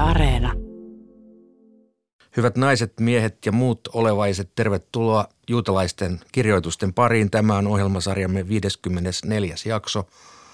Areena. Hyvät naiset, miehet ja muut olevaiset, tervetuloa juutalaisten kirjoitusten pariin. Tämä on ohjelmasarjamme 54. jakso.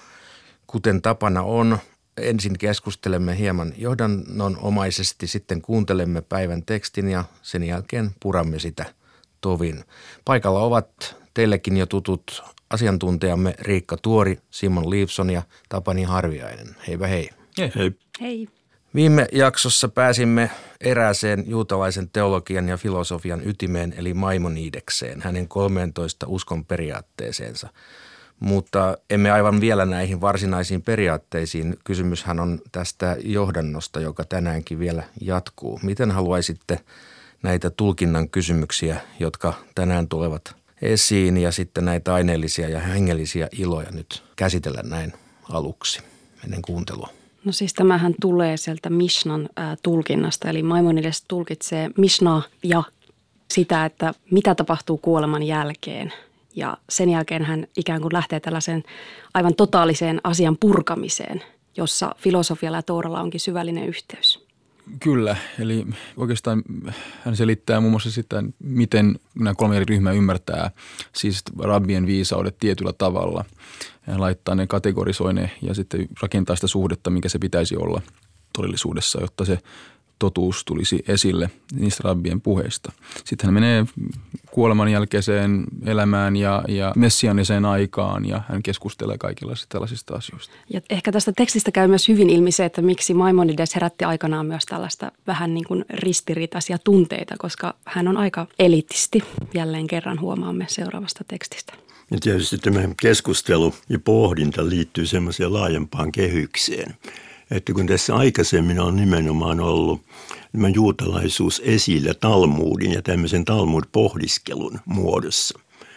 Kuten tapana on, ensin keskustelemme hieman johdannonomaisesti, sitten kuuntelemme päivän tekstin ja sen jälkeen puramme sitä tovin. Paikalla ovat teillekin jo tutut asiantuntijamme Riikka Tuori, Simon Leifson ja Tapani Harviainen. Heipä hei. Hei. Hei. Viime jaksossa pääsimme erääseen juutalaisen teologian ja filosofian ytimeen, eli Maimonidekseen, hänen 13 uskon periaatteeseensa. Mutta emme aivan vielä näihin varsinaisiin periaatteisiin. Kysymyshän on tästä johdannosta, joka tänäänkin vielä jatkuu. Miten haluaisitte näitä tulkinnan kysymyksiä, jotka tänään tulevat esiin, ja sitten näitä aineellisia ja hengellisiä iloja nyt käsitellä näin aluksi ennen kuuntelua? No siis tämähän tulee sieltä Mishnan tulkinnasta, eli Maimonides tulkitsee Mishnaa ja sitä, että mitä tapahtuu kuoleman jälkeen. Ja sen jälkeen hän ikään kuin lähtee tällaiseen aivan totaaliseen asian purkamiseen, jossa filosofialla ja Tooralla onkin syvällinen yhteys. Kyllä, eli oikeastaan hän selittää muun muassa sitä, miten nämä kolme eri ryhmää ymmärtää siis rabbien viisaudet tietyllä tavalla. Hän laittaa ne, kategorisoi ne ja sitten rakentaa sitä suhdetta, mikä se pitäisi olla todellisuudessa, jotta se totuus tulisi esille niistä rabbien puheista. Sitten hän menee kuoleman jälkeiseen elämään ja messianiseen aikaan ja hän keskustelee kaikenlaisista tällaisista asioista. Ja ehkä tästä tekstistä käy myös hyvin ilmi se, että miksi Maimonides herätti aikanaan myös tällaista vähän niin kuin ristiriitaisia tunteita, koska hän on aika elitisti. Jälleen kerran huomaamme seuraavasta tekstistä. Ja tietysti tämä keskustelu ja pohdinta liittyy semmoiseen laajempaan kehykseen. Että kun tässä aikaisemmin on nimenomaan ollut tämä juutalaisuus esillä Talmudin ja tämmöisen Talmud-pohdiskelun muodossa.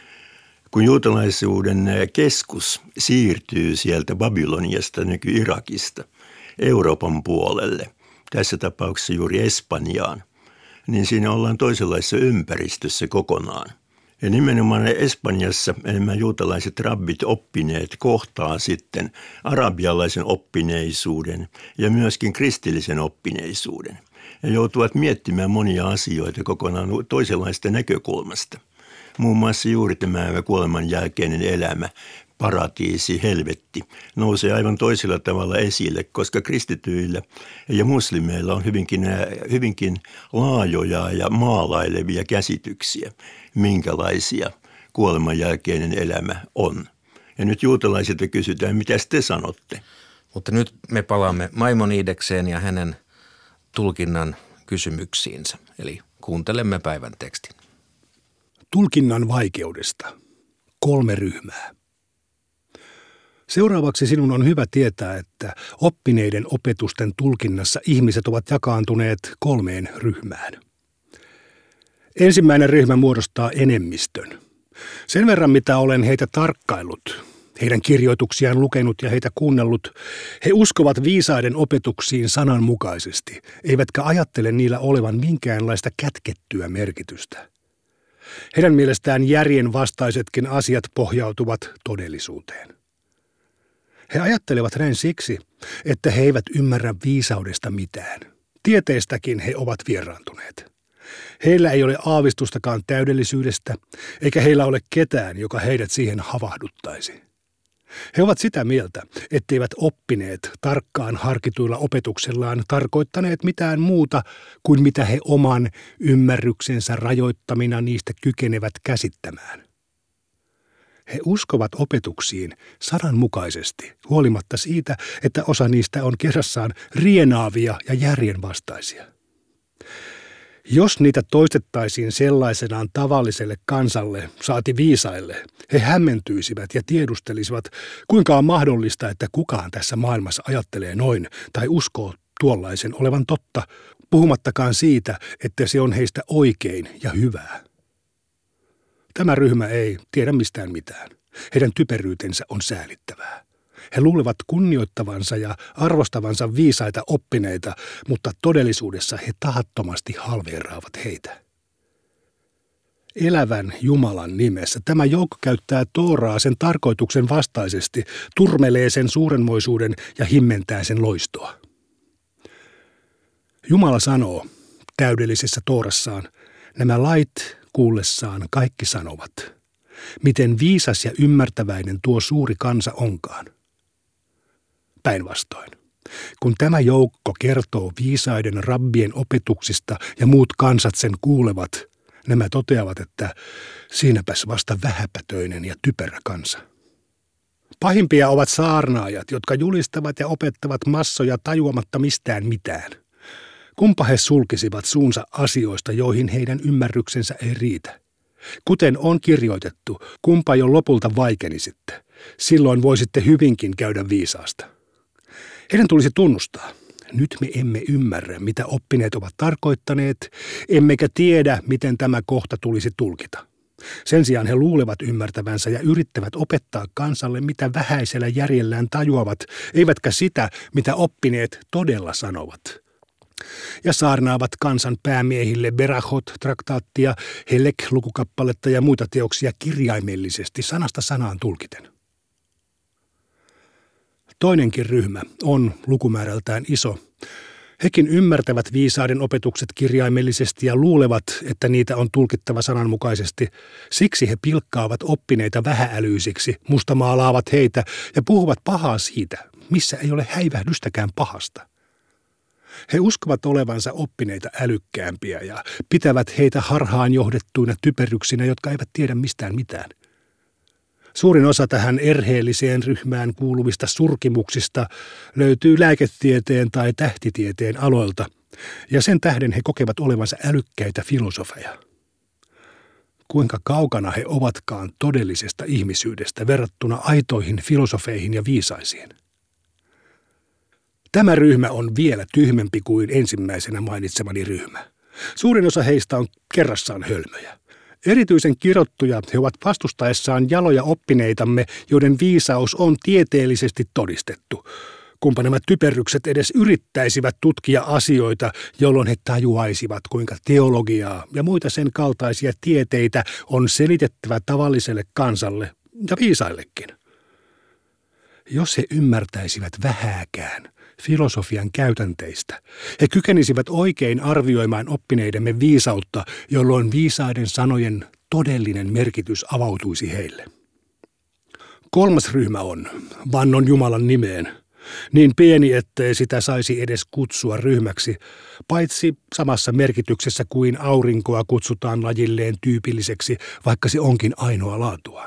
Kun juutalaisuuden keskus siirtyy sieltä Babyloniasta, nyky-Irakista, Euroopan puolelle, tässä tapauksessa juuri Espanjaan, niin siinä ollaan toisenlaisessa ympäristössä kokonaan. Ja nimenomaan Espanjassa enemmän juutalaiset rabbit oppineet kohtaa sitten arabialaisen oppineisuuden ja myöskin kristillisen oppineisuuden. Ja joutuvat miettimään monia asioita kokonaan toisenlaista näkökulmasta. Muun muassa juuri tämä kuoleman jälkeinen elämä, paratiisi, helvetti, nousee aivan toisella tavalla esille, koska kristityillä ja muslimeilla on hyvinkin laajoja ja maalailevia käsityksiä, minkälaisia kuoleman jälkeinen elämä on. Ja nyt juutalaisilta kysytään, mitä te sanotte? Mutta nyt me palaamme Maimonidekseen ja hänen tulkinnan kysymyksiinsä, eli kuuntelemme päivän tekstin. Tulkinnan vaikeudesta. 3 ryhmää. Seuraavaksi sinun on hyvä tietää, että oppineiden opetusten tulkinnassa ihmiset ovat jakaantuneet 3 ryhmään. Ensimmäinen ryhmä muodostaa enemmistön. Sen verran, mitä olen heitä tarkkaillut, heidän kirjoituksiaan lukenut ja heitä kuunnellut, he uskovat viisaiden opetuksiin sananmukaisesti, eivätkä ajattele niillä olevan minkäänlaista kätkettyä merkitystä. Heidän mielestään järjen vastaisetkin asiat pohjautuvat todellisuuteen. He ajattelevat näin siksi, että he eivät ymmärrä viisaudesta mitään. Tieteestäkin he ovat vieraantuneet. Heillä ei ole aavistustakaan täydellisyydestä, eikä heillä ole ketään, joka heidät siihen havahduttaisi. He ovat sitä mieltä, etteivät oppineet tarkkaan harkituilla opetuksellaan tarkoittaneet mitään muuta kuin mitä he oman ymmärryksensä rajoittamina niistä kykenevät käsittämään. He uskovat opetuksiin sananmukaisesti, huolimatta siitä, että osa niistä on kerrassaan rienaavia ja järjenvastaisia. Jos niitä toistettaisiin sellaisenaan tavalliselle kansalle, saati viisaille, he hämmentyisivät ja tiedustelisivat, kuinka on mahdollista, että kukaan tässä maailmassa ajattelee noin tai uskoo tuollaisen olevan totta, puhumattakaan siitä, että se on heistä oikein ja hyvää. Tämä ryhmä ei tiedä mistään mitään. Heidän typeryytensä on säälittävää. He luulevat kunnioittavansa ja arvostavansa viisaita oppineita, mutta todellisuudessa he tahattomasti halveeraavat heitä. Elävän Jumalan nimessä tämä joukko käyttää Tooraa sen tarkoituksen vastaisesti, turmelee sen suurenmoisuuden ja himmentää sen loistoa. Jumala sanoo täydellisessä Toorassaan, nämä lait kuullessaan kaikki sanovat, miten viisas ja ymmärtäväinen tuo suuri kansa onkaan. Päinvastoin, kun tämä joukko kertoo viisaiden rabbien opetuksista ja muut kansat sen kuulevat, nämä toteavat, että siinäpäs vasta vähäpätöinen ja typerä kansa. Pahimpia ovat saarnaajat, jotka julistavat ja opettavat massoja tajuamatta mistään mitään. Kumpa he sulkisivat suunsa asioista, joihin heidän ymmärryksensä ei riitä. Kuten on kirjoitettu, kumpa jo lopulta vaikenisitte. Silloin voisitte hyvinkin käydä viisaasta. Heidän tulisi tunnustaa. Nyt me emme ymmärrä, mitä oppineet ovat tarkoittaneet, emmekä tiedä, miten tämä kohta tulisi tulkita. Sen sijaan he luulevat ymmärtävänsä ja yrittävät opettaa kansalle, mitä vähäisellä järjellään tajuavat, eivätkä sitä, mitä oppineet todella sanovat. Ja saarnaavat kansan päämiehille Berachot-traktaattia, Helek-lukukappaletta ja muita teoksia kirjaimellisesti sanasta sanaan tulkiten. Toinenkin ryhmä on lukumäärältään iso. Hekin ymmärtävät viisaiden opetukset kirjaimellisesti ja luulevat, että niitä on tulkittava sananmukaisesti. Siksi he pilkkaavat oppineita vähäälyisiksi, mustamaalaavat heitä ja puhuvat pahaa siitä, missä ei ole häivähdystäkään pahasta. He uskovat olevansa oppineita älykkäämpiä ja pitävät heitä harhaan johdettuina typeryksinä, jotka eivät tiedä mistään mitään. Suurin osa tähän erheelliseen ryhmään kuuluvista surkimuksista löytyy lääketieteen tai tähtitieteen aloilta, ja sen tähden he kokevat olevansa älykkäitä filosofeja. Kuinka kaukana he ovatkaan todellisesta ihmisyydestä verrattuna aitoihin filosofeihin ja viisaisiin. Tämä ryhmä on vielä tyhmempi kuin ensimmäisenä mainitsemani ryhmä. Suurin osa heistä on kerrassaan hölmöjä. Erityisen kirottuja he ovat vastustaessaan jaloja oppineitamme, joiden viisaus on tieteellisesti todistettu. Kumpa nämä typerrykset edes yrittäisivät tutkia asioita, jolloin he tajuaisivat, kuinka teologiaa ja muita sen kaltaisia tieteitä on selitettävä tavalliselle kansalle ja viisaillekin. Jos he ymmärtäisivät vähääkään filosofian käytänteistä, he kykenisivät oikein arvioimaan oppineidemme viisautta, jolloin viisaiden sanojen todellinen merkitys avautuisi heille. Kolmas ryhmä on, vannon Jumalan nimeen, niin pieni, ettei sitä saisi edes kutsua ryhmäksi, paitsi samassa merkityksessä kuin aurinkoa kutsutaan lajilleen tyypilliseksi, vaikka se onkin ainoa laatuaan.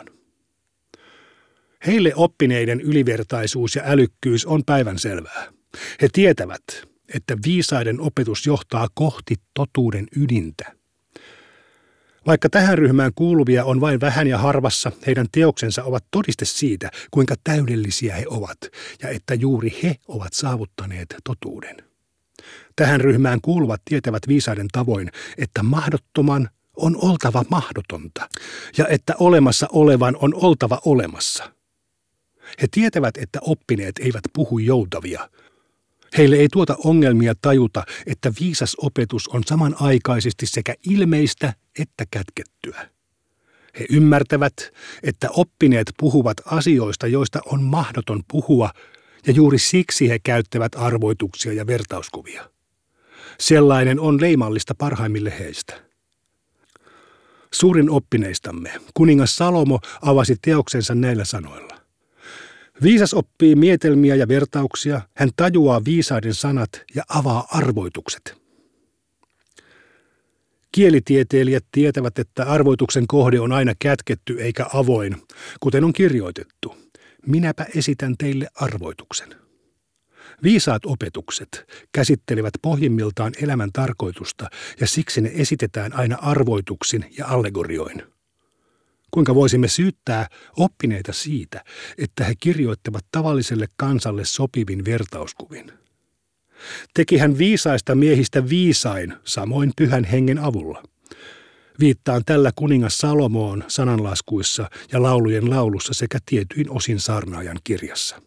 Heille oppineiden ylivertaisuus ja älykkyys on päivänselvää. He tietävät, että viisaiden opetus johtaa kohti totuuden ydintä. Vaikka tähän ryhmään kuuluvia on vain vähän ja harvassa, heidän teoksensa ovat todiste siitä, kuinka täydellisiä he ovat ja että juuri he ovat saavuttaneet totuuden. Tähän ryhmään kuuluvat tietävät viisaiden tavoin, että mahdottoman on oltava mahdotonta ja että olemassa olevan on oltava olemassa. He tietävät, että oppineet eivät puhu joutavia. Heille ei tuota ongelmia tajuta, että viisas opetus on samanaikaisesti sekä ilmeistä että kätkettyä. He ymmärtävät, että oppineet puhuvat asioista, joista on mahdoton puhua, ja juuri siksi he käyttävät arvoituksia ja vertauskuvia. Sellainen on leimallista parhaimmille heistä. Suurin oppineistamme, kuningas Salomo, avasi teoksensa näillä sanoilla. Viisas oppii mietelmiä ja vertauksia, hän tajuaa viisaiden sanat ja avaa arvoitukset. Kielitieteilijät tietävät, että arvoituksen kohde on aina kätketty eikä avoin, kuten on kirjoitettu. Minäpä esitän teille arvoituksen. Viisaat opetukset käsittelevät pohjimmiltaan elämän tarkoitusta ja siksi ne esitetään aina arvoituksin ja allegorioin. Kuinka voisimme syyttää oppineita siitä, että he kirjoittavat tavalliselle kansalle sopivin vertauskuvin? Tekihän viisaista miehistä viisain samoin Pyhän Hengen avulla. Viittaan tällä kuningas Salomoon sananlaskuissa ja laulujen laulussa sekä tietyin osin saarnaajan kirjassa.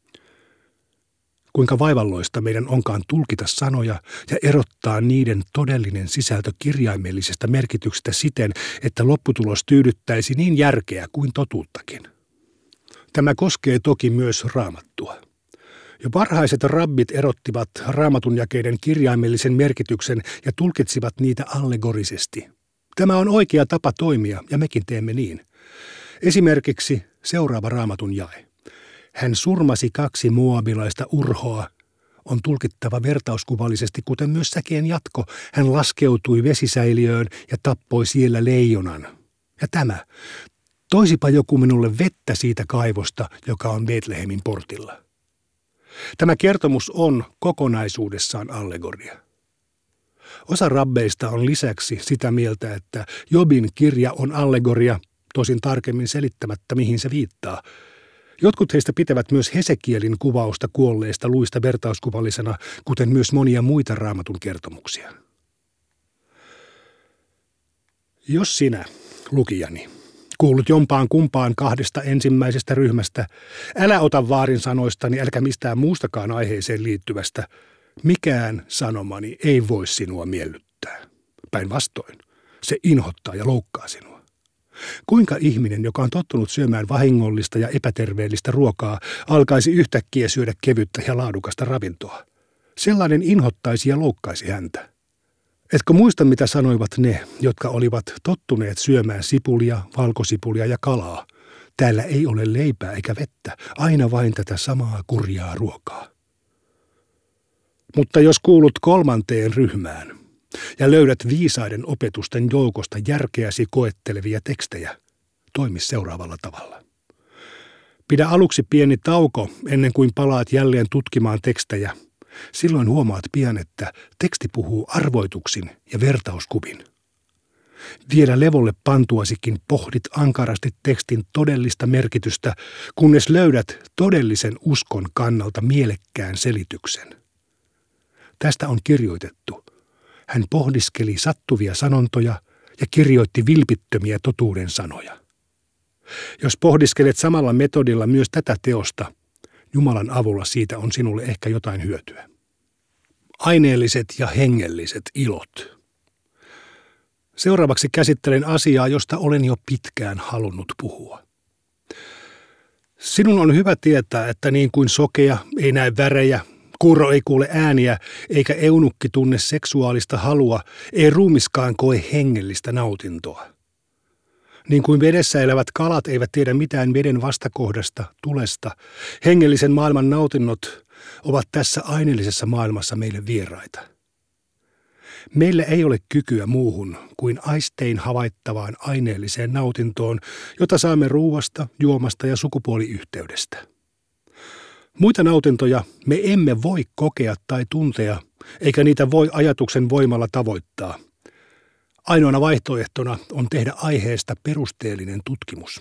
Kuinka vaivalloista meidän onkaan tulkita sanoja ja erottaa niiden todellinen sisältö kirjaimellisesta merkityksestä siten, että lopputulos tyydyttäisi niin järkeä kuin totuuttakin. Tämä koskee toki myös Raamattua. Jo parhaiset rabbit erottivat Raamatun jakeiden kirjaimellisen merkityksen ja tulkitsivat niitä allegorisesti. Tämä on oikea tapa toimia ja mekin teemme niin. Esimerkiksi seuraava Raamatun jae. Hän surmasi 2 moabilaista urhoa. On tulkittava vertauskuvallisesti, kuten myös säkeen jatko. Hän laskeutui vesisäiliöön ja tappoi siellä leijonan. Ja tämä. Toisipa joku minulle vettä siitä kaivosta, joka on Betlehemin portilla. Tämä kertomus on kokonaisuudessaan allegoria. Osa rabbeista on lisäksi sitä mieltä, että Jobin kirja on allegoria, tosin tarkemmin selittämättä mihin se viittaa. Jotkut heistä pitävät myös Hesekielin kuvausta kuolleista luista vertauskuvallisena, kuten myös monia muita Raamatun kertomuksia. Jos sinä, lukijani, kuulut jompaan kumpaan 2 ensimmäisestä ryhmästä, älä ota vaarin sanoistani, älkä mistään muustakaan aiheeseen liittyvästä. Mikään sanomani ei voi sinua miellyttää. Päinvastoin, se inhottaa ja loukkaa sinua. Kuinka ihminen, joka on tottunut syömään vahingollista ja epäterveellistä ruokaa, alkaisi yhtäkkiä syödä kevyttä ja laadukasta ravintoa? Sellainen inhottaisi ja loukkaisi häntä. Etkö muista, mitä sanoivat ne, jotka olivat tottuneet syömään sipulia, valkosipulia ja kalaa? Täällä ei ole leipää eikä vettä, aina vain tätä samaa kurjaa ruokaa. Mutta jos kuulut 3. ryhmään ja löydät viisaiden opetusten joukosta järkeäsi koettelevia tekstejä, toimi seuraavalla tavalla. Pidä aluksi pieni tauko ennen kuin palaat jälleen tutkimaan tekstejä. Silloin huomaat pian, että teksti puhuu arvoituksin ja vertauskuvin. Vielä levolle pantuasikin pohdit ankarasti tekstin todellista merkitystä, kunnes löydät todellisen uskon kannalta mielekkään selityksen. Tästä on kirjoitettu. Hän pohdiskeli sattuvia sanontoja ja kirjoitti vilpittömiä totuuden sanoja. Jos pohdiskelet samalla metodilla myös tätä teosta, Jumalan avulla siitä on sinulle ehkä jotain hyötyä. Aineelliset ja hengelliset ilot. Seuraavaksi käsittelen asiaa, josta olen jo pitkään halunnut puhua. Sinun on hyvä tietää, että niin kuin sokea ei näe värejä, kuuro ei kuule ääniä, eikä eunukki tunne seksuaalista halua, ei ruumiskaan koe hengellistä nautintoa. Niin kuin vedessä elävät kalat eivät tiedä mitään veden vastakohdasta, tulesta, hengellisen maailman nautinnot ovat tässä aineellisessa maailmassa meille vieraita. Meillä ei ole kykyä muuhun kuin aistein havaittavaan aineelliseen nautintoon, jota saamme ruuasta, juomasta ja sukupuoliyhteydestä. Muita nautintoja me emme voi kokea tai tuntea, eikä niitä voi ajatuksen voimalla tavoittaa. Ainoana vaihtoehtona on tehdä aiheesta perusteellinen tutkimus.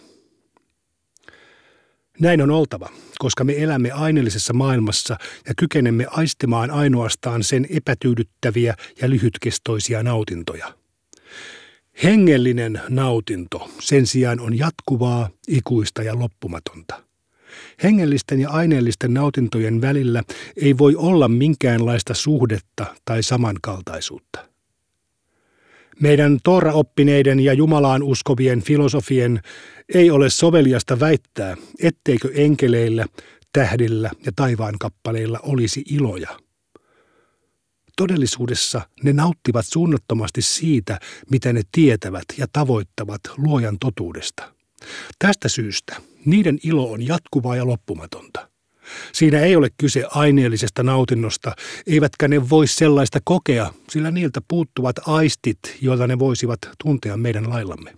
Näin on oltava, koska me elämme aineellisessa maailmassa ja kykenemme aistimaan ainoastaan sen epätyydyttäviä ja lyhytkestoisia nautintoja. Hengellinen nautinto sen sijaan on jatkuvaa, ikuista ja loppumatonta. Hengellisten ja aineellisten nautintojen välillä ei voi olla minkäänlaista suhdetta tai samankaltaisuutta. Meidän Toora-oppineiden ja Jumalaan uskovien filosofien ei ole soveliasta väittää, etteikö enkeleillä, tähdillä ja taivaankappaleilla olisi iloja. Todellisuudessa ne nauttivat suunnattomasti siitä, mitä ne tietävät ja tavoittavat luojan totuudesta. Tästä syystä niiden ilo on jatkuvaa ja loppumatonta. Siinä ei ole kyse aineellisesta nautinnosta, eivätkä ne voi sellaista kokea, sillä niiltä puuttuvat aistit, joilla ne voisivat tuntea meidän laillamme.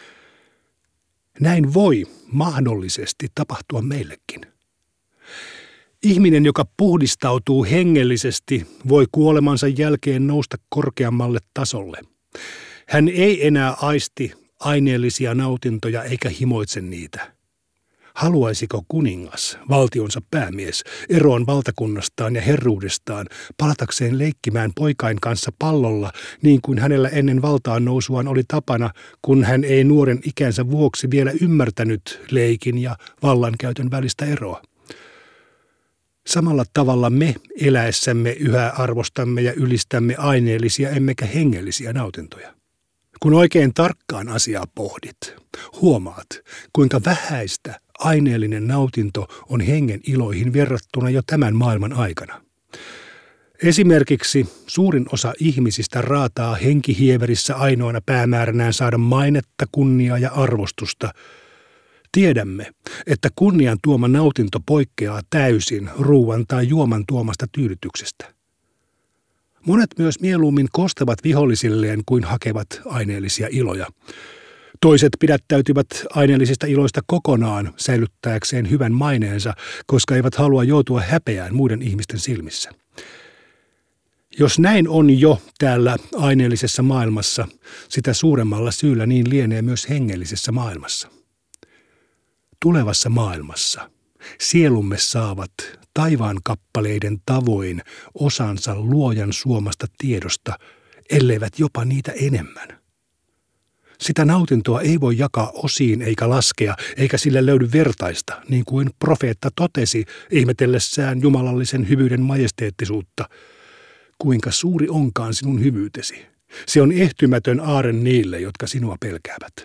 Näin voi mahdollisesti tapahtua meillekin. Ihminen, joka puhdistautuu hengellisesti, voi kuolemansa jälkeen nousta korkeammalle tasolle. Hän ei enää aisti aineellisia nautintoja eikä himoitse niitä. Haluaisiko kuningas, valtionsa päämies, eroon valtakunnastaan ja herruudestaan, palatakseen leikkimään poikain kanssa pallolla, niin kuin hänellä ennen valtaan nousuaan oli tapana, kun hän ei nuoren ikänsä vuoksi vielä ymmärtänyt leikin ja vallankäytön välistä eroa? Samalla tavalla me eläessämme yhä arvostamme ja ylistämme aineellisia emmekä hengellisiä nautintoja. Kun oikein tarkkaan asiaa pohdit, huomaat, kuinka vähäistä Aineellinen nautinto on hengen iloihin verrattuna jo tämän maailman aikana. Esimerkiksi suurin osa ihmisistä raataa henkihieverissä ainoana päämääränään saada mainetta, kunniaa ja arvostusta. Tiedämme, että kunnian tuoma nautinto poikkeaa täysin ruuan tai juoman tuomasta tyydytyksestä. Monet myös mieluummin kostavat vihollisilleen kuin hakevat aineellisia iloja. Toiset pidättäytyvät aineellisista iloista kokonaan säilyttääkseen hyvän maineensa, koska eivät halua joutua häpeään muiden ihmisten silmissä. Jos näin on jo täällä aineellisessa maailmassa, sitä suuremmalla syyllä niin lienee myös hengellisessä maailmassa. Tulevassa maailmassa sielumme saavat taivaan kappaleiden tavoin osansa luojan suomasta tiedosta, elleivät jopa niitä enemmän. Sitä nautintoa ei voi jakaa osiin eikä laskea, eikä sille löydy vertaista, niin kuin profeetta totesi ihmetellessään jumalallisen hyvyyden majesteettisuutta. Kuinka suuri onkaan sinun hyvyytesi. Se on ehtymätön aare niille, jotka sinua pelkäävät.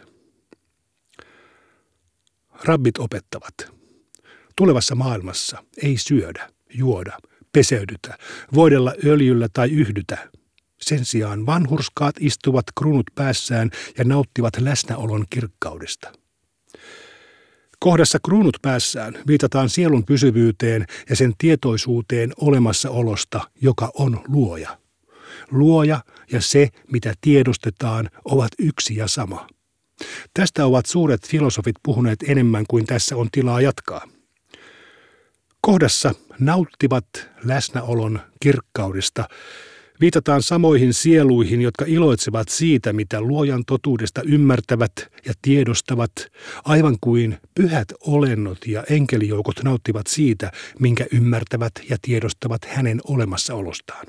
Rabbit opettavat. Tulevassa maailmassa ei syödä, juoda, peseydytä, voidella öljyllä tai yhdytä. Sen sijaan vanhurskaat istuvat kruunut päässään ja nauttivat läsnäolon kirkkaudesta. Kohdassa kruunut päässään viitataan sielun pysyvyyteen ja sen tietoisuuteen olemassaolosta, joka on luoja. Luoja ja se, mitä tiedostetaan, ovat yksi ja sama. Tästä ovat suuret filosofit puhuneet enemmän kuin tässä on tilaa jatkaa. Kohdassa nauttivat läsnäolon kirkkaudesta viitataan samoihin sieluihin, jotka iloitsevat siitä, mitä luojan totuudesta ymmärtävät ja tiedostavat, aivan kuin pyhät olennot ja enkelijoukot nauttivat siitä, minkä ymmärtävät ja tiedostavat hänen olemassaolostaan.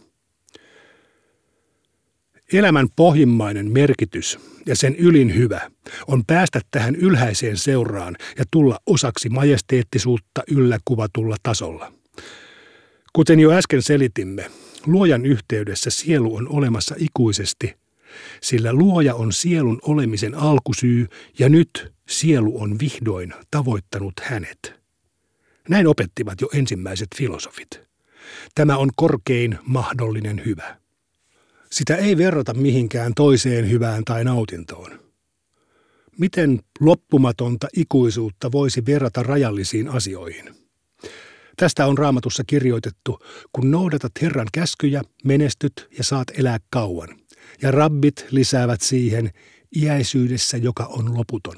Elämän pohjimmainen merkitys ja sen ylin hyvä on päästä tähän ylhäiseen seuraan ja tulla osaksi majesteettisuutta yllä kuvatulla tasolla. Kuten jo äsken selitimme, luojan yhteydessä sielu on olemassa ikuisesti, sillä luoja on sielun olemisen alkusyy ja nyt sielu on vihdoin tavoittanut hänet. Näin opettivat jo ensimmäiset filosofit. Tämä on korkein mahdollinen hyvä. Sitä ei verrata mihinkään toiseen hyvään tai nautintoon. Miten loppumatonta ikuisuutta voisi verrata rajallisiin asioihin? Tästä on Raamatussa kirjoitettu, kun noudatat Herran käskyjä, menestyt ja saat elää kauan. Ja rabbit lisäävät siihen iäisyydessä, joka on loputon.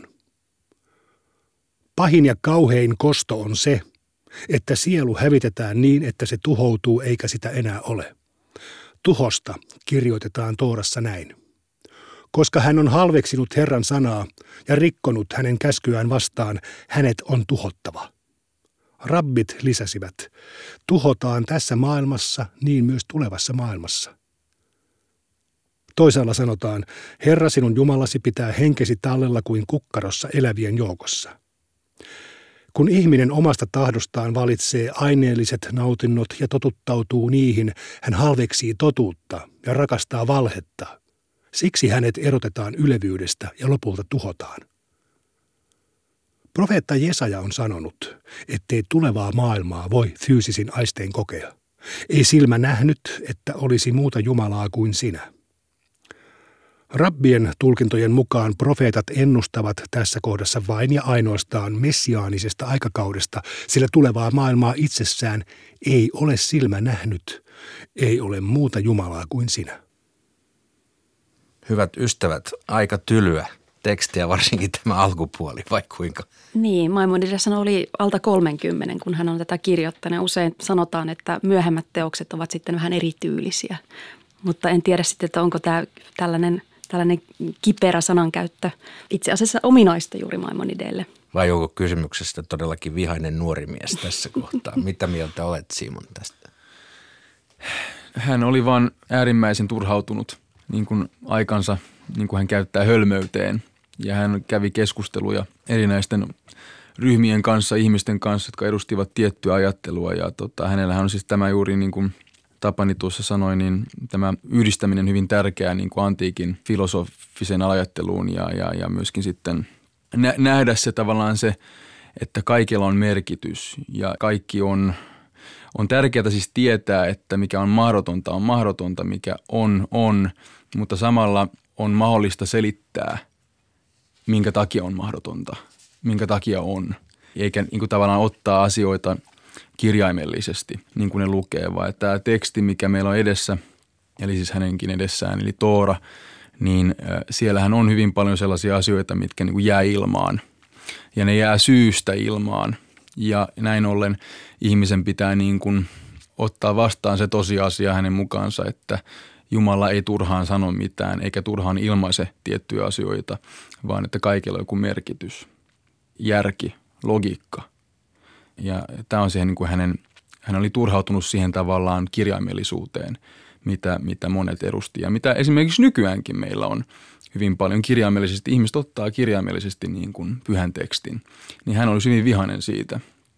Pahin ja kauhein kosto on se, että sielu hävitetään niin, että se tuhoutuu eikä sitä enää ole. Tuhosta kirjoitetaan Toorassa näin. Koska hän on halveksinut Herran sanaa ja rikkonut hänen käskyään vastaan, hänet on tuhottava. Rabbit lisäsivät, tuhotaan tässä maailmassa, niin myös tulevassa maailmassa. Toisaalla sanotaan, Herra sinun Jumalasi pitää henkesi tallella kuin kukkarossa elävien joukossa. Kun ihminen omasta tahdostaan valitsee aineelliset nautinnot ja totuttautuu niihin, hän halveksii totuutta ja rakastaa valhetta. Siksi hänet erotetaan ylevyydestä ja lopulta tuhotaan. Profeetta Jesaja on sanonut, ettei tulevaa maailmaa voi fyysisin aistein kokea. Ei silmä nähnyt, että olisi muuta Jumalaa kuin sinä. Rabbien tulkintojen mukaan profeetat ennustavat tässä kohdassa vain ja ainoastaan messiaanisesta aikakaudesta, sillä tulevaa maailmaa itsessään ei ole silmä nähnyt, ei ole muuta Jumalaa kuin sinä. Hyvät ystävät, aika tylyä tekstiä, varsinkin tämä alkupuoli, vai kuinka? Niin, Maimonides oli alta 30, kun hän on tätä kirjoittanut. Usein sanotaan, että myöhemmät teokset ovat sitten vähän erityylisiä, mutta en tiedä sitten, että onko tämä tällainen kiperä sanankäyttö itse asiassa ominaista juuri Maimonidelle. Vai onko kysymyksestä todellakin vihainen nuori mies tässä kohtaa? Mitä mieltä olet, Simon, tästä? Hän oli vaan äärimmäisen turhautunut niin kuin aikansa, niin kuin hän käyttää hölmöyteen. Ja hän kävi keskusteluja erinäisten ryhmien kanssa, ihmisten kanssa, jotka edustivat tiettyä ajattelua. Ja hänellähän on siis tämä juuri niin kuin Tapani tuossa sanoi, niin tämä yhdistäminen hyvin tärkeää niin kuin antiikin filosofisen ajatteluun ja myöskin sitten nähdä se tavallaan se että kaikilla on merkitys ja kaikki on tärkeää siis tietää, että mikä on mahdotonta, mikä on, mutta samalla on mahdollista selittää, minkä takia on mahdotonta, minkä takia on, eikä niin kuin tavallaan ottaa asioita kirjaimellisesti, niin kuin ne lukee, vaan tämä teksti, mikä meillä on edessä, eli siis hänenkin edessään, eli Toora, niin siellähän on hyvin paljon sellaisia asioita, mitkä niin kuin jää ilmaan, ja ne jää syystä ilmaan, ja näin ollen ihmisen pitää niin kuin ottaa vastaan se tosiasia hänen mukaansa, että Jumala ei turhaan sano mitään, eikä turhaan ilmaise tiettyjä asioita, vaan että kaikilla on joku merkitys, järki, logiikka. Ja tämä on siihen, niin kuin hän oli turhautunut siihen tavallaan kirjaimellisuuteen, mitä monet edusti. Ja mitä esimerkiksi nykyäänkin meillä on hyvin paljon kirjaimellisesti. Ihmiset ottaa kirjaimellisesti niin kuin pyhän tekstin. Niin hän olisi hyvin vihainen siitä.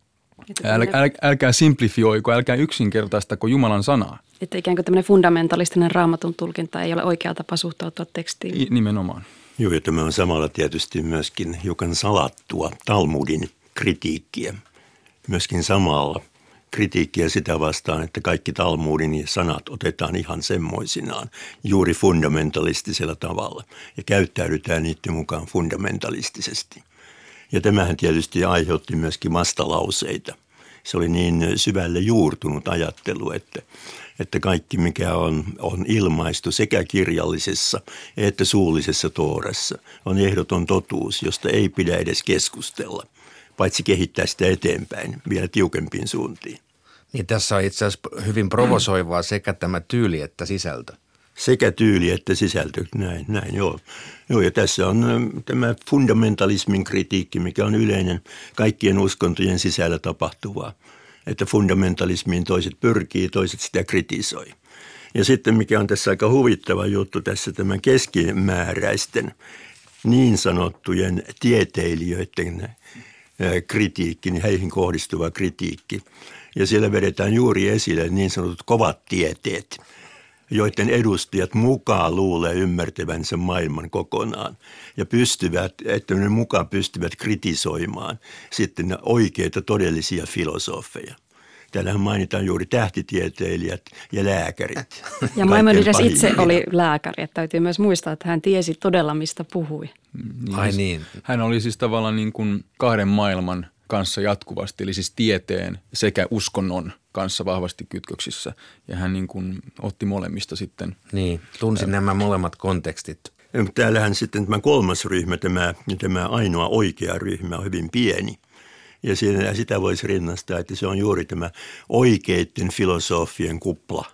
Älkää simplifioiko, älkää yksinkertaistako Jumalan sanaa. Että ikään kuin tämmöinen fundamentalistinen Raamatun tulkinta ei ole oikea tapa suhtautua tekstiin. Nimenomaan. Joo, ja tämä on samalla tietysti myöskin hiukan salattua Talmudin kritiikkiä. Myöskin samalla kritiikkiä sitä vastaan, että kaikki Talmudin sanat otetaan ihan semmoisinaan, juuri fundamentalistisella tavalla, ja käyttäydytään niiden mukaan fundamentalistisesti. Ja tämähän tietysti aiheutti myöskin vastalauseita. Se oli niin syvälle juurtunut ajattelu, että kaikki mikä on ilmaistu sekä kirjallisessa että suullisessa Toorassa on ehdoton totuus, josta ei pidä edes keskustella, paitsi kehittää sitä eteenpäin vielä tiukempiin suuntiin. Niin tässä on itse asiassa hyvin provosoivaa sekä tämä tyyli että sisältö. Sekä tyyli että sisältö, näin joo. Joo, ja tässä on tämä fundamentalismin kritiikki, mikä on yleinen kaikkien uskontojen sisällä tapahtuvaa. Että fundamentalismiin toiset pyrkii, toiset sitä kritisoi. Ja sitten mikä on tässä aika huvittava juttu tässä tämän keskimääräisten niin sanottujen tieteilijöiden kritiikki, niin heihin kohdistuva kritiikki. Ja siellä vedetään juuri esille niin sanotut kovat tieteet, joiden edustajat mukaan luulee ymmärtävänsä maailman kokonaan ja että ne mukaan pystyvät kritisoimaan sitten oikeita todellisia filosofeja. Täällähän mainitaan juuri tähtitieteilijät ja lääkärit. Ja Maimonides itse oli lääkäri, että täytyy myös muistaa, että hän tiesi todella mistä puhui. Ai niin. Hän oli siis tavallaan niin kuin kahden maailman kanssa jatkuvasti, eli siis tieteen sekä uskonnon kanssa vahvasti kytköksissä. Ja hän niin kuin otti molemmista sitten. Niin, tunsin nämä molemmat kontekstit. Täällähän sitten tämä kolmas ryhmä, tämä ainoa oikea ryhmä on hyvin pieni. Ja sitä voisi rinnastaa, että se on juuri tämä oikeiden filosofien kupla,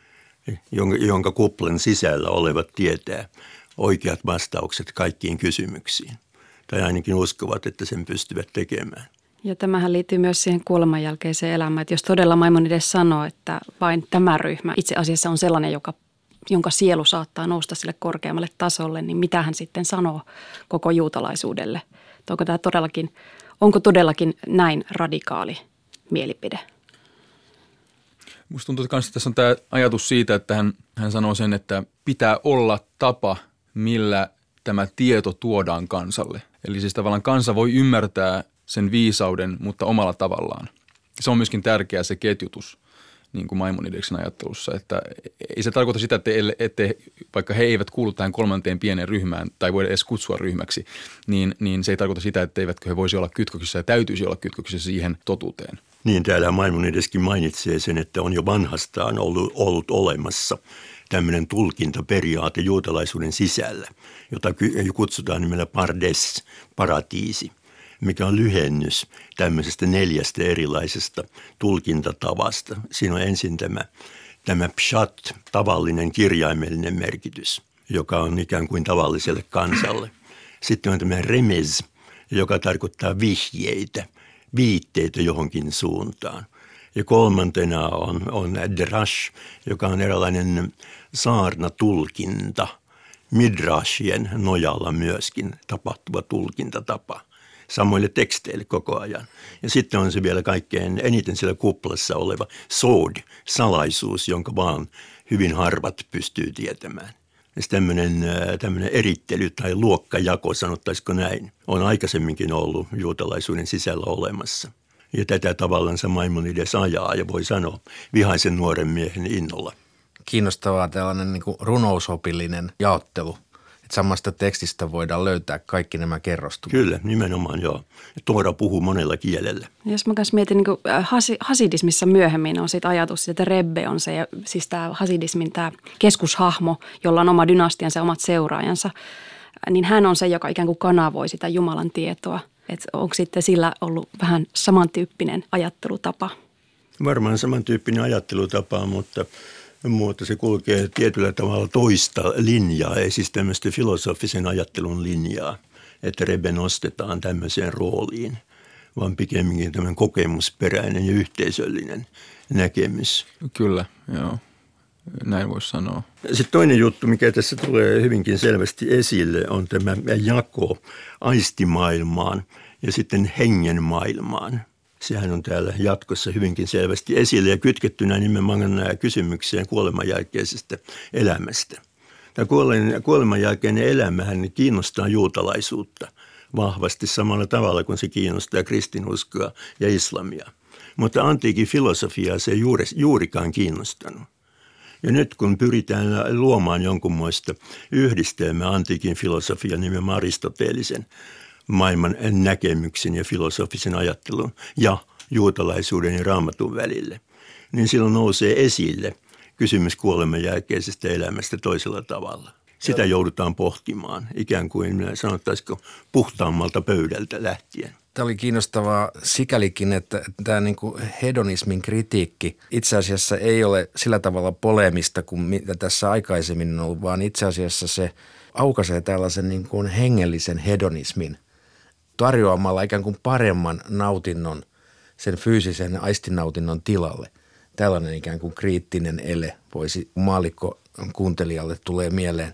jonka kuplan sisällä olevat tietää oikeat vastaukset kaikkiin kysymyksiin. Tai ainakin uskovat, että sen pystyvät tekemään. Ja tämähän liittyy myös siihen kuoleman jälkeiseen elämään, että jos todella Maimonides sanoo, että vain tämä ryhmä itse asiassa on sellainen, jonka sielu saattaa nousta sille korkeammalle tasolle, niin mitä hän sitten sanoo koko juutalaisuudelle? Onko todellakin näin radikaali mielipide? Musta tuntuu, että tässä on tämä ajatus siitä, että hän sanoo sen, että pitää olla tapa, millä tämä tieto tuodaan kansalle. Eli siis tavallaan kansa voi ymmärtää sen viisauden, mutta omalla tavallaan. Se on myöskin tärkeää se ketjutus, niin kuin Maimonideksen ajattelussa, että ei se tarkoita sitä, että vaikka he eivät kuulu tähän kolmanteen pieneen ryhmään tai voida edes kutsua ryhmäksi, niin se ei tarkoita sitä, että eivätkö he voisi olla kytköksissä ja täytyisi olla kytköksissä siihen totuuteen. Niin, täällä Maimonideskin mainitsee sen, että on jo vanhastaan ollut olemassa tämmöinen tulkintaperiaate juutalaisuuden sisällä, jota kutsutaan nimellä pardes, paratiisi, mikä on lyhennys tämmöisestä 4 erilaisesta tulkintatavasta. Siinä on ensin tämä pshat, tavallinen kirjaimellinen merkitys, joka on ikään kuin tavalliselle kansalle. Sitten on tämä remez, joka tarkoittaa vihjeitä, viitteitä johonkin suuntaan. Ja kolmantena on drash, joka on eräänlainen saarnatulkinta, midrashien nojalla myöskin tapahtuva tulkintatapa samoille teksteille koko ajan. Ja sitten on se vielä kaikkein eniten siellä kuplassa oleva sod, salaisuus, jonka vaan hyvin harvat pystyy tietämään. Tämmöinen erittely tai luokkajako, sanottaisiko näin, on aikaisemminkin ollut juutalaisuuden sisällä olemassa. Ja tätä tavallaan Maimonides ajaa ja voi sanoa vihaisen nuoren miehen innolla. Kiinnostavaa tällainen niin kuin runousopillinen jaottelu. Että samasta tekstistä voidaan löytää kaikki nämä kerrostumat. Kyllä, nimenomaan joo. Toora puhuu monella kielellä. Jos mä kanssa mietin, niin hasidismissa myöhemmin on siitä ajatus, että Rebbe on se, ja siis tämä hasidismin tämä keskushahmo, jolla on oma dynastiansa ja omat seuraajansa, niin hän on se, joka ikään kuin kanavoi sitä Jumalan tietoa. Että onko sitten sillä ollut vähän samantyyppinen ajattelutapa? Varmaan samantyyppinen ajattelutapa, mutta se kulkee tietyllä tavalla toista linjaa, ei siis tämmöistä filosofisen ajattelun linjaa, että Rebbe nostetaan tämmöiseen rooliin, vaan pikemminkin tämmöinen kokemusperäinen ja yhteisöllinen näkemys. Kyllä, joo. Näin voisi sanoa. Sitten toinen juttu, mikä tässä tulee hyvinkin selvästi esille, on tämä jako aistimaailmaan ja sitten hengen maailmaan. Sehän on täällä jatkossa hyvinkin selvästi esille ja kytkettynä nimenomaan kysymykseen kuoleman jälkeisestä elämästä. Tämä kuoleman jälkeinen elämähän kiinnostaa juutalaisuutta vahvasti samalla tavalla kuin se kiinnostaa kristinuskoa ja islamia. Mutta antiikin filosofiaa se ei juurikaan kiinnostanut. Ja nyt kun pyritään luomaan jonkunmoista yhdistelmää antiikin filosofian nimenomaan aristoteellisen maailman näkemyksen ja filosofisen ajattelun ja juutalaisuuden ja raamatun välille, niin silloin nousee esille kysymys kuoleman jälkeisestä elämästä toisella tavalla. Sitä joudutaan pohtimaan, ikään kuin sanottaisiko puhtaammalta pöydältä lähtien. Tämä oli kiinnostavaa sikälikin, että tämä niin kuin hedonismin kritiikki itse asiassa ei ole sillä tavalla poleemista kuin mitä tässä aikaisemmin on ollut, vaan itse asiassa se aukaisee tällaisen niin kuin hengellisen hedonismin tarjoamalla ikään kuin paremman nautinnon sen fyysisen aistinautinnon tilalle. Tällainen ikään kuin kriittinen ele voisi maallikko kuuntelijalle tulee mieleen,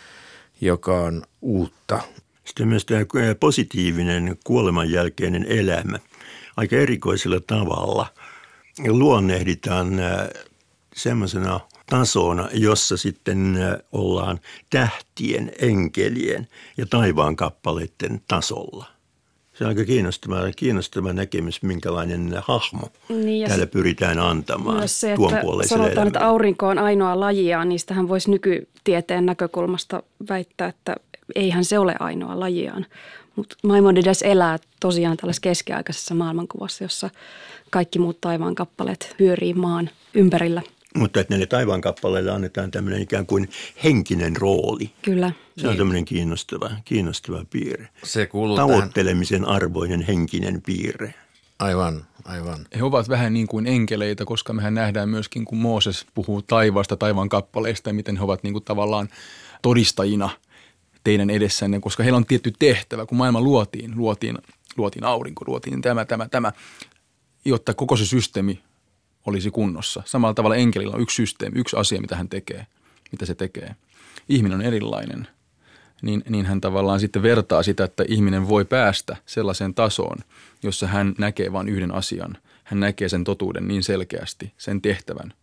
joka on uutta. Sitten myös tämä positiivinen kuoleman jälkeinen elämä aika erikoisella tavalla luonnehditaan semmoisena tasona, jossa sitten ollaan tähtien, enkelien ja taivaan kappaleiden tasolla. Se on aika kiinnostava näkemys, minkälainen hahmo täällä pyritään antamaan myös se, tuon että puoleiselle sanotaan, elämälle. että aurinko on ainoa lajiaan, niin sitähän voisi nykytieteen näkökulmasta väittää, että eihän se ole ainoa lajiaan. Mutta Maimonides elää tosiaan tällaisessa keskiaikaisessa maailmankuvassa, jossa kaikki muut taivaan kappaleet pyörii maan ympärillä. Mutta että näille taivaan kappaleille annetaan tämmöinen ikään kuin henkinen rooli. Kyllä. Se on tämmöinen kiinnostava piirre. Se kuuluu tavoittelemisen arvoinen henkinen piirre. Aivan. He ovat vähän niin kuin enkeleitä, koska mehän nähdään myöskin, kun Mooses puhuu taivaasta, taivaan kappaleista ja miten he ovat niin kuin tavallaan todistajina teidän edessänne, koska heillä on tietty tehtävä, kun maailma luotiin aurinko, luotiin tämä, jotta koko se systeemi olisi kunnossa. Samalla tavalla enkelillä on yksi systeemi, yksi asia, mitä se tekee. Ihminen on erilainen, niin hän tavallaan sitten vertaa sitä, että ihminen voi päästä sellaiseen tasoon, jossa hän näkee vain yhden asian. Hän näkee sen totuuden niin selkeästi, sen tehtävän,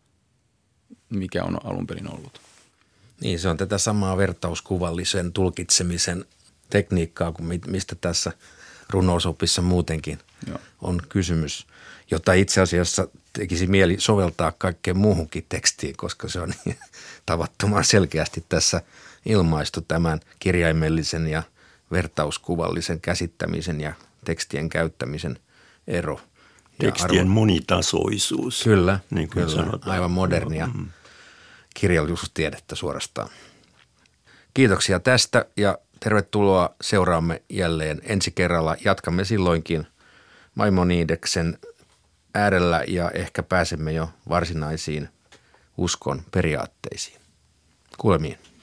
mikä on alun perin ollut. Niin, se on tätä samaa vertauskuvallisen tulkitsemisen tekniikkaa kuin mistä tässä runousopissa muutenkin on kysymys, jota itse asiassa tekisi mieli soveltaa kaikkeen muuhunkin tekstiin, koska se on niin tavattoman selkeästi tässä ilmaistu tämän kirjaimellisen ja vertauskuvallisen käsittämisen ja tekstien käyttämisen ero. Tekstien monitasoisuus. Kyllä, niin kuin kyllä. Aivan modernia kirjallisuustiedettä suorastaan. Kiitoksia tästä ja tervetuloa. Seuraamme jälleen ensi kerralla. Jatkamme silloinkin Maimonideksen äärellä ja ehkä pääsemme jo varsinaisiin uskon periaatteisiin. Kuulemiin.